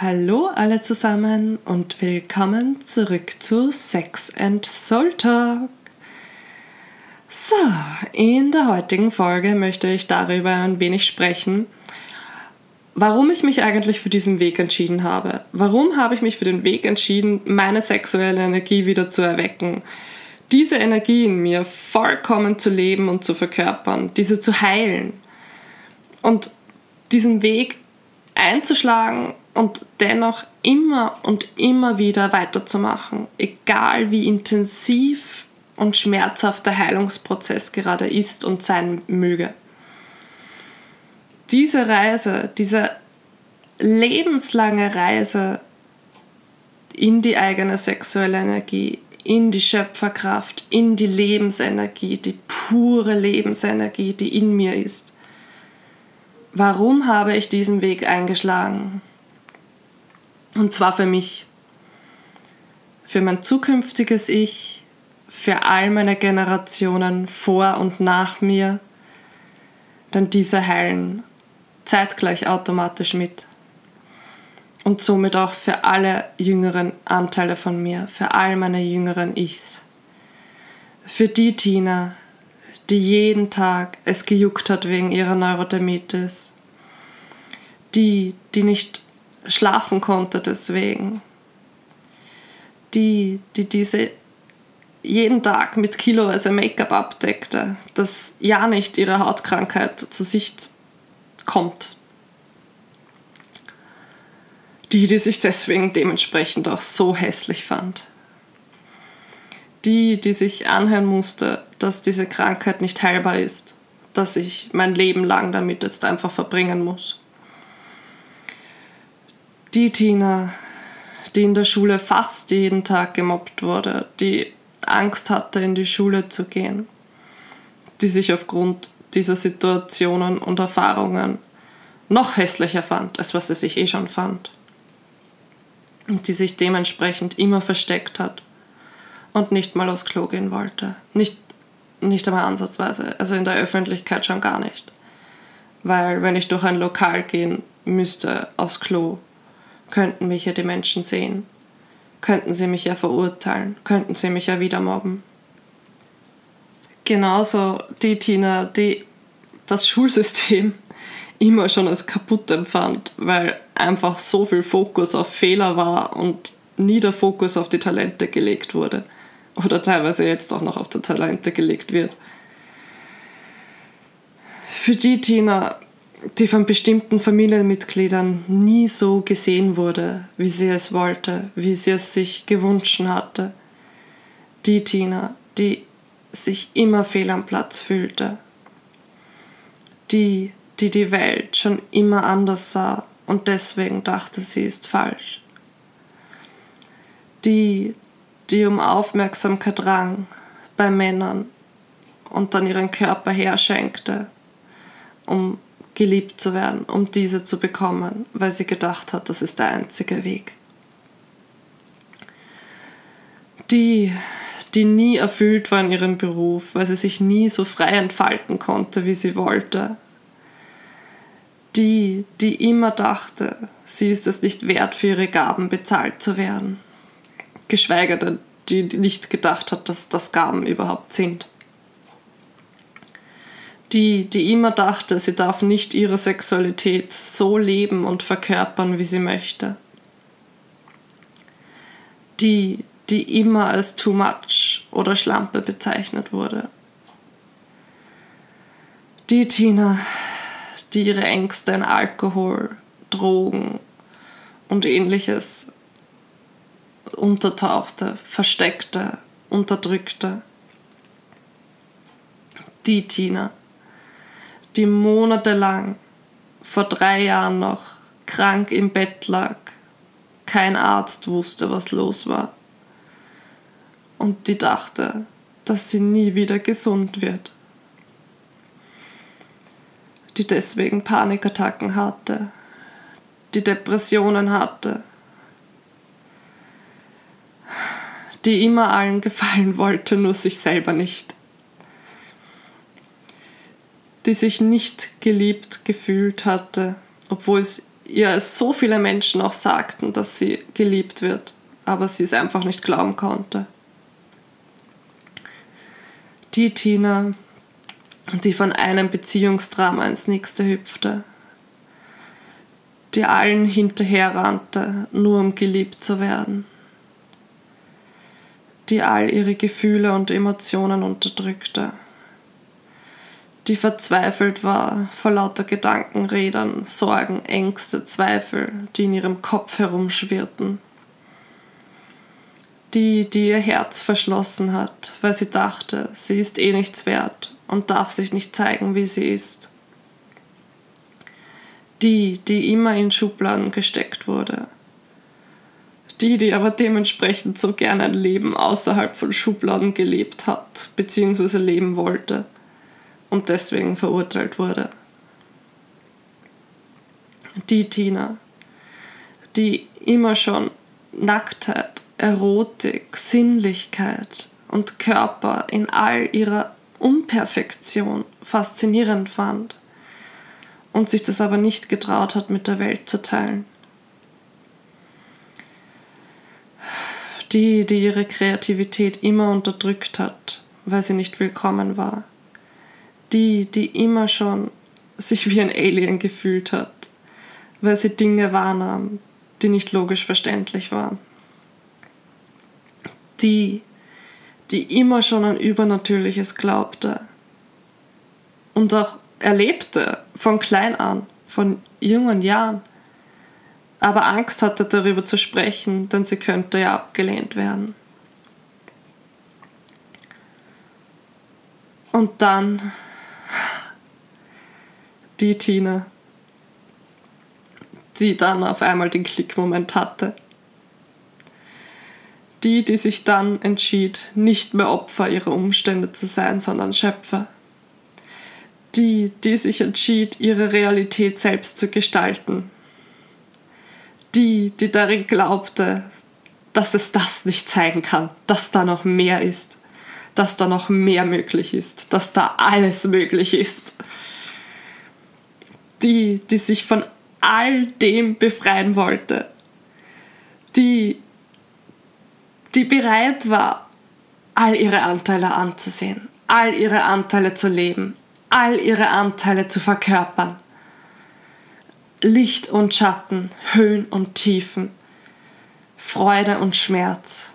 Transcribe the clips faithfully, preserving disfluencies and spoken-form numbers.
Hallo alle zusammen und willkommen zurück zu Sex and Soul Talk. So, in der heutigen Folge möchte ich darüber ein wenig sprechen, warum ich mich eigentlich für diesen Weg entschieden habe. Warum habe ich mich für den Weg entschieden, meine sexuelle Energie wieder zu erwecken, diese Energie in mir vollkommen zu leben und zu verkörpern, diese zu heilen und diesen Weg einzuschlagen und dennoch immer und immer wieder weiterzumachen, egal wie intensiv und schmerzhaft der Heilungsprozess gerade ist und sein möge. Diese Reise, diese lebenslange Reise in die eigene sexuelle Energie, in die Schöpferkraft, in die Lebensenergie, die pure Lebensenergie, die in mir ist. Warum habe ich diesen Weg eingeschlagen? Und zwar für mich, für mein zukünftiges Ich, für all meine Generationen vor und nach mir, denn diese heilen zeitgleich automatisch mit. Und somit auch für alle jüngeren Anteile von mir, für all meine jüngeren Ichs. Für die Tina, die jeden Tag es gejuckt hat wegen ihrer Neurodermitis. Die, die nicht schlafen konnte deswegen. Die, die diese jeden Tag mit kiloweise Make-up abdeckte, das ja nicht ihre Hautkrankheit zur Sicht kommt. Die, die sich deswegen dementsprechend auch so hässlich fand. Die, die sich anhören musste, dass diese Krankheit nicht heilbar ist, dass ich mein Leben lang damit jetzt einfach verbringen muss. Die Tina, die in der Schule fast jeden Tag gemobbt wurde, die Angst hatte, in die Schule zu gehen, die sich aufgrund dieser Situationen und Erfahrungen noch hässlicher fand, als was sie sich eh schon fand. Und die sich dementsprechend immer versteckt hat und nicht mal aufs Klo gehen wollte. Nicht, nicht einmal ansatzweise, also in der Öffentlichkeit schon gar nicht. Weil wenn ich durch ein Lokal gehen müsste aufs Klo, könnten mich ja die Menschen sehen. Könnten sie mich ja verurteilen. Könnten sie mich ja wieder mobben. Genauso die Tina, die das Schulsystem immer schon als kaputt empfand, weil einfach so viel Fokus auf Fehler war und nie der Fokus auf die Talente gelegt wurde. Oder teilweise jetzt auch noch auf die Talente gelegt wird. Für die Tina, die von bestimmten Familienmitgliedern nie so gesehen wurde, wie sie es wollte, wie sie es sich gewünscht hatte. Die Tina, die sich immer fehl am Platz fühlte. Die, die die Welt schon immer anders sah und deswegen dachte, sie ist falsch. Die, die um Aufmerksamkeit rang bei Männern und dann ihren Körper herschenkte, um geliebt zu werden, um diese zu bekommen, weil sie gedacht hat, das ist der einzige Weg. Die, die nie erfüllt war in ihrem Beruf, weil sie sich nie so frei entfalten konnte, wie sie wollte. Die, die immer dachte, sie ist es nicht wert, für ihre Gaben bezahlt zu werden. Geschweige denn, die, die nicht gedacht hat, dass das Gaben überhaupt sind. Die, die immer dachte, sie darf nicht ihre Sexualität so leben und verkörpern, wie sie möchte. Die, die immer als too much oder Schlampe bezeichnet wurde. Die Tina, die ihre Ängste in Alkohol, Drogen und Ähnliches untertauchte, versteckte, unterdrückte. Die Tina, die monatelang, vor drei Jahren noch, krank im Bett lag, kein Arzt wusste, was los war. Und die dachte, dass sie nie wieder gesund wird. Die deswegen Panikattacken hatte, die Depressionen hatte, die immer allen gefallen wollte, nur sich selber nicht. Die sich nicht geliebt gefühlt hatte, obwohl es ihr so viele Menschen auch sagten, dass sie geliebt wird, aber sie es einfach nicht glauben konnte. Die Tina, die von einem Beziehungsdrama ins nächste hüpfte, die allen hinterherrannte, nur um geliebt zu werden, die all ihre Gefühle und Emotionen unterdrückte, die verzweifelt war vor lauter Gedankenrädern, Sorgen, Ängste, Zweifel, die in ihrem Kopf herumschwirrten, die, die ihr Herz verschlossen hat, weil sie dachte, sie ist eh nichts wert und darf sich nicht zeigen, wie sie ist. Die, die immer in Schubladen gesteckt wurde. Die, die aber dementsprechend so gern ein Leben außerhalb von Schubladen gelebt hat, beziehungsweise leben wollte und deswegen verurteilt wurde. Die Tina, die immer schon Nacktheit, Erotik, Sinnlichkeit und Körper in all ihrer Unperfektion faszinierend fand und sich das aber nicht getraut hat, mit der Welt zu teilen. Die, die ihre Kreativität immer unterdrückt hat, weil sie nicht willkommen war. Die, die immer schon sich wie ein Alien gefühlt hat, weil sie Dinge wahrnahm, die nicht logisch verständlich waren. Die, die immer schon an Übernatürliches glaubte und auch erlebte, von klein an, von jungen Jahren, aber Angst hatte, darüber zu sprechen, denn sie könnte ja abgelehnt werden. Und dann die Tina, die dann auf einmal den Klickmoment hatte. Die, die sich dann entschied, nicht mehr Opfer ihrer Umstände zu sein, sondern Schöpfer. Die, die sich entschied, ihre Realität selbst zu gestalten. Die, die darin glaubte, dass es das nicht zeigen kann, dass da noch mehr ist, dass da noch mehr möglich ist, dass da alles möglich ist. Die, die sich von all dem befreien wollte. Die, die bereit war, all ihre Anteile anzusehen, all ihre Anteile zu leben, all ihre Anteile zu verkörpern. Licht und Schatten, Höhen und Tiefen, Freude und Schmerz.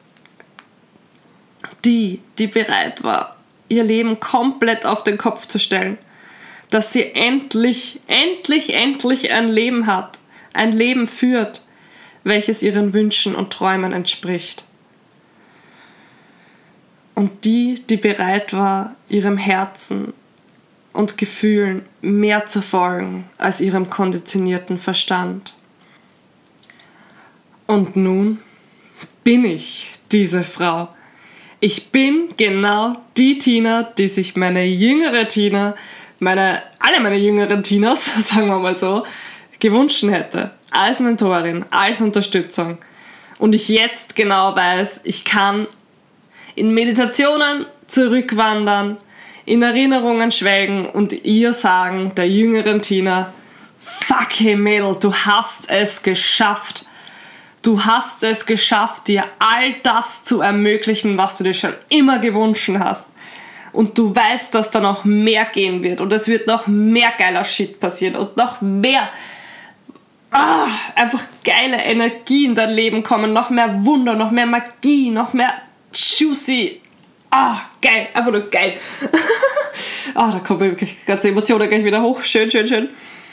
Die, die bereit war, ihr Leben komplett auf den Kopf zu stellen, dass sie endlich, endlich, endlich ein Leben hat, ein Leben führt, welches ihren Wünschen und Träumen entspricht. Und die, die bereit war, ihrem Herzen und Gefühlen mehr zu folgen als ihrem konditionierten Verstand. Und nun bin ich diese Frau. Ich bin genau die Tina, die sich meine jüngere Tina, meine, alle meine jüngeren Tinas, sagen wir mal so, gewünscht hätte. Als Mentorin, als Unterstützung. Und ich jetzt genau weiß, ich kann in Meditationen zurückwandern, in Erinnerungen schwelgen und ihr sagen, der jüngeren Tina, fuck hey Mädel, du hast es geschafft. Du hast es geschafft, dir all das zu ermöglichen, was du dir schon immer gewünscht hast. Und du weißt, dass da noch mehr gehen wird und es wird noch mehr geiler Shit passieren und noch mehr ah, einfach geile Energie in dein Leben kommen, noch mehr Wunder, noch mehr Magie, noch mehr juicy. Ah, geil, einfach nur geil. Ah, da kommen wirklich ganze Emotionen gleich wieder hoch. Schön, schön, schön.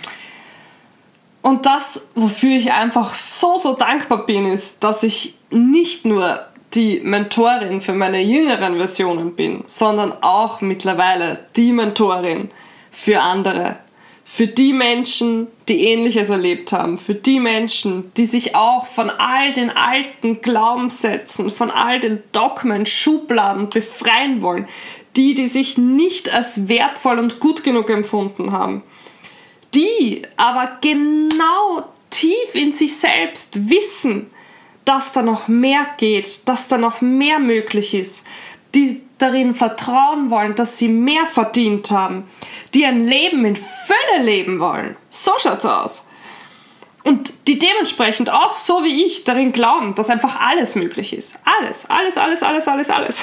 Und das, wofür ich einfach so, so dankbar bin, ist, dass ich nicht nur die Mentorin für meine jüngeren Versionen bin, sondern auch mittlerweile die Mentorin für andere. Für die Menschen, die Ähnliches erlebt haben. Für die Menschen, die sich auch von all den alten Glaubenssätzen, von all den Dogmen, Schubladen befreien wollen. Die, die sich nicht als wertvoll und gut genug empfunden haben. Die aber genau tief in sich selbst wissen, dass da noch mehr geht, dass da noch mehr möglich ist. Die darin vertrauen wollen, dass sie mehr verdient haben, die ein Leben in Fülle leben wollen. So schaut's aus. Und die dementsprechend auch so wie ich darin glauben, dass einfach alles möglich ist. Alles, alles, alles, alles, alles, alles.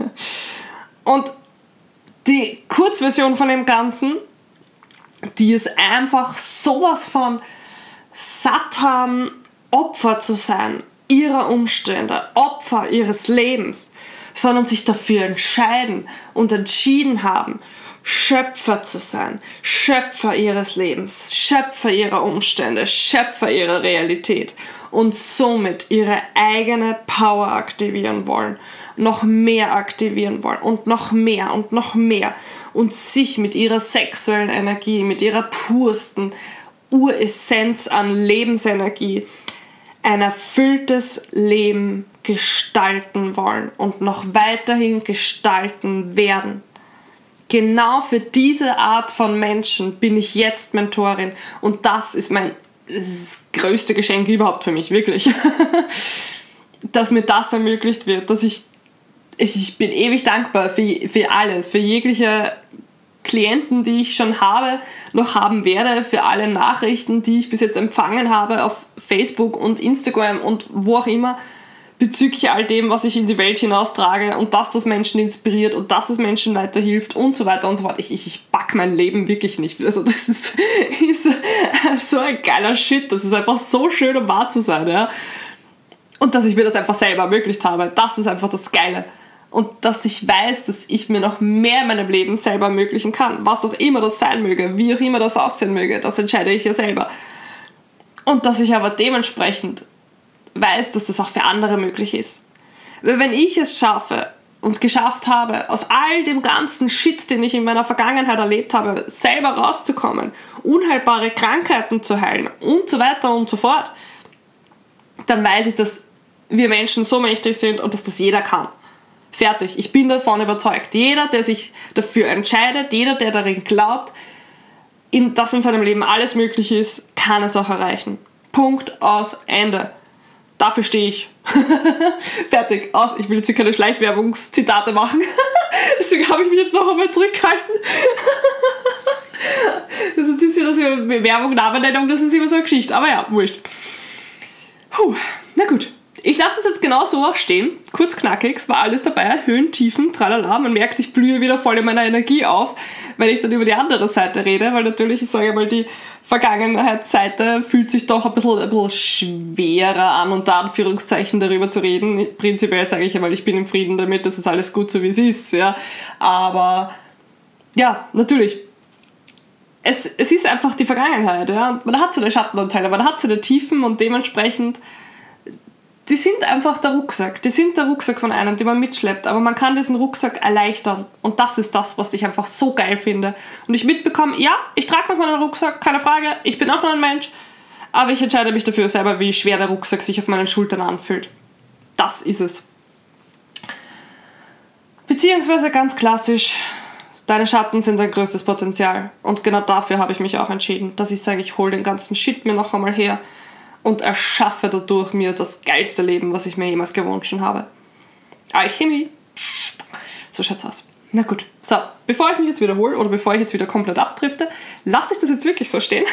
Und die Kurzversion von dem Ganzen, die ist einfach sowas von satt haben, Opfer zu sein, ihrer Umstände, Opfer ihres Lebens, sondern sich dafür entscheiden und entschieden haben, Schöpfer zu sein, Schöpfer ihres Lebens, Schöpfer ihrer Umstände, Schöpfer ihrer Realität und somit ihre eigene Power aktivieren wollen, noch mehr aktivieren wollen und noch mehr und noch mehr und sich mit ihrer sexuellen Energie, mit ihrer pursten Uressenz an Lebensenergie ein erfülltes Leben gestalten wollen und noch weiterhin gestalten werden. Genau für diese Art von Menschen bin ich jetzt Mentorin und das ist mein das, ist das größte Geschenk überhaupt für mich, wirklich. Dass mir das ermöglicht wird, dass ich, ich bin ewig dankbar für, für alles, für jegliche Klienten, die ich schon habe, noch haben werde, für alle Nachrichten, die ich bis jetzt empfangen habe auf Facebook und Instagram und wo auch immer, bezüglich all dem, was ich in die Welt hinaustrage und dass das Menschen inspiriert und dass es Menschen weiterhilft und so weiter und so fort. Ich, ich, ich pack mein Leben wirklich nicht. Also das ist, ist so ein geiler Shit. Das ist einfach so schön, um wahr zu sein. Ja? Und dass ich mir das einfach selber ermöglicht habe. Das ist einfach das Geile. Und dass ich weiß, dass ich mir noch mehr in meinem Leben selber ermöglichen kann. Was auch immer das sein möge, wie auch immer das aussehen möge, das entscheide ich ja selber. Und dass ich aber dementsprechend weiß, dass das auch für andere möglich ist. Weil wenn ich es schaffe und geschafft habe, aus all dem ganzen Shit, den ich in meiner Vergangenheit erlebt habe, selber rauszukommen, unheilbare Krankheiten zu heilen und so weiter und so fort, dann weiß ich, dass wir Menschen so mächtig sind und dass das jeder kann. Fertig. Ich bin davon überzeugt. Jeder, der sich dafür entscheidet, jeder, der darin glaubt, dass in seinem Leben alles möglich ist, kann es auch erreichen. Punkt, aus, Ende. Dafür stehe ich. Fertig, aus. Ich will jetzt hier keine Schleichwerbungszitate machen. Deswegen habe ich mich jetzt noch einmal zurückgehalten. Das ist ja, dass ich Werbung, Namennennung, das ist immer so eine Geschichte. Aber ja, wurscht. Puh, na gut. Ich lasse es jetzt genau so auch stehen. Kurz knackig, es war alles dabei. Höhen, Tiefen, tralala. Man merkt, ich blühe wieder voll in meiner Energie auf, wenn ich dann über die andere Seite rede, weil natürlich, ich sage mal, die Vergangenheitsseite fühlt sich doch ein bisschen, ein bisschen schwerer an, unter Anführungszeichen darüber zu reden. Prinzipiell sage ich ja, weil ich bin im Frieden damit, das ist alles gut so, wie es ist. Ja. Aber ja, natürlich. Es, es ist einfach die Vergangenheit. Ja. Man hat seine Schattenanteile, man hat seine Tiefen und dementsprechend die sind einfach der Rucksack. Die sind der Rucksack von einem, den man mitschleppt. Aber man kann diesen Rucksack erleichtern. Und das ist das, was ich einfach so geil finde. Und ich mitbekomme, ja, ich trage noch meinen Rucksack, keine Frage. Ich bin auch nur ein Mensch. Aber ich entscheide mich dafür selber, wie schwer der Rucksack sich auf meinen Schultern anfühlt. Das ist es. Beziehungsweise ganz klassisch, deine Schatten sind dein größtes Potenzial. Und genau dafür habe ich mich auch entschieden, dass ich sage, ich hole den ganzen Shit mir noch einmal her und erschaffe dadurch mir das geilste Leben, was ich mir jemals gewünscht habe. Alchemie. So schaut's aus. Na gut. So, bevor ich mich jetzt wiederhole oder bevor ich jetzt wieder komplett abdrifte, lasse ich das jetzt wirklich so stehen.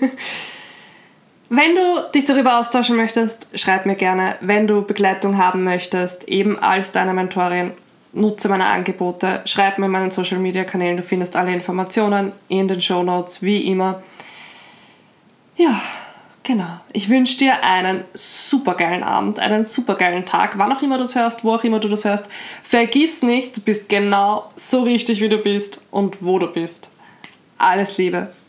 Wenn du dich darüber austauschen möchtest, schreib mir gerne. Wenn du Begleitung haben möchtest, eben als deine Mentorin, nutze meine Angebote, schreib mir in meinen Social Media Kanälen. Du findest alle Informationen in den Shownotes, wie immer. Ja, genau. Ich wünsche dir einen supergeilen Abend, einen supergeilen Tag, wann auch immer du das hörst, wo auch immer du das hörst. Vergiss nicht, du bist genau so richtig, wie du bist und wo du bist. Alles Liebe.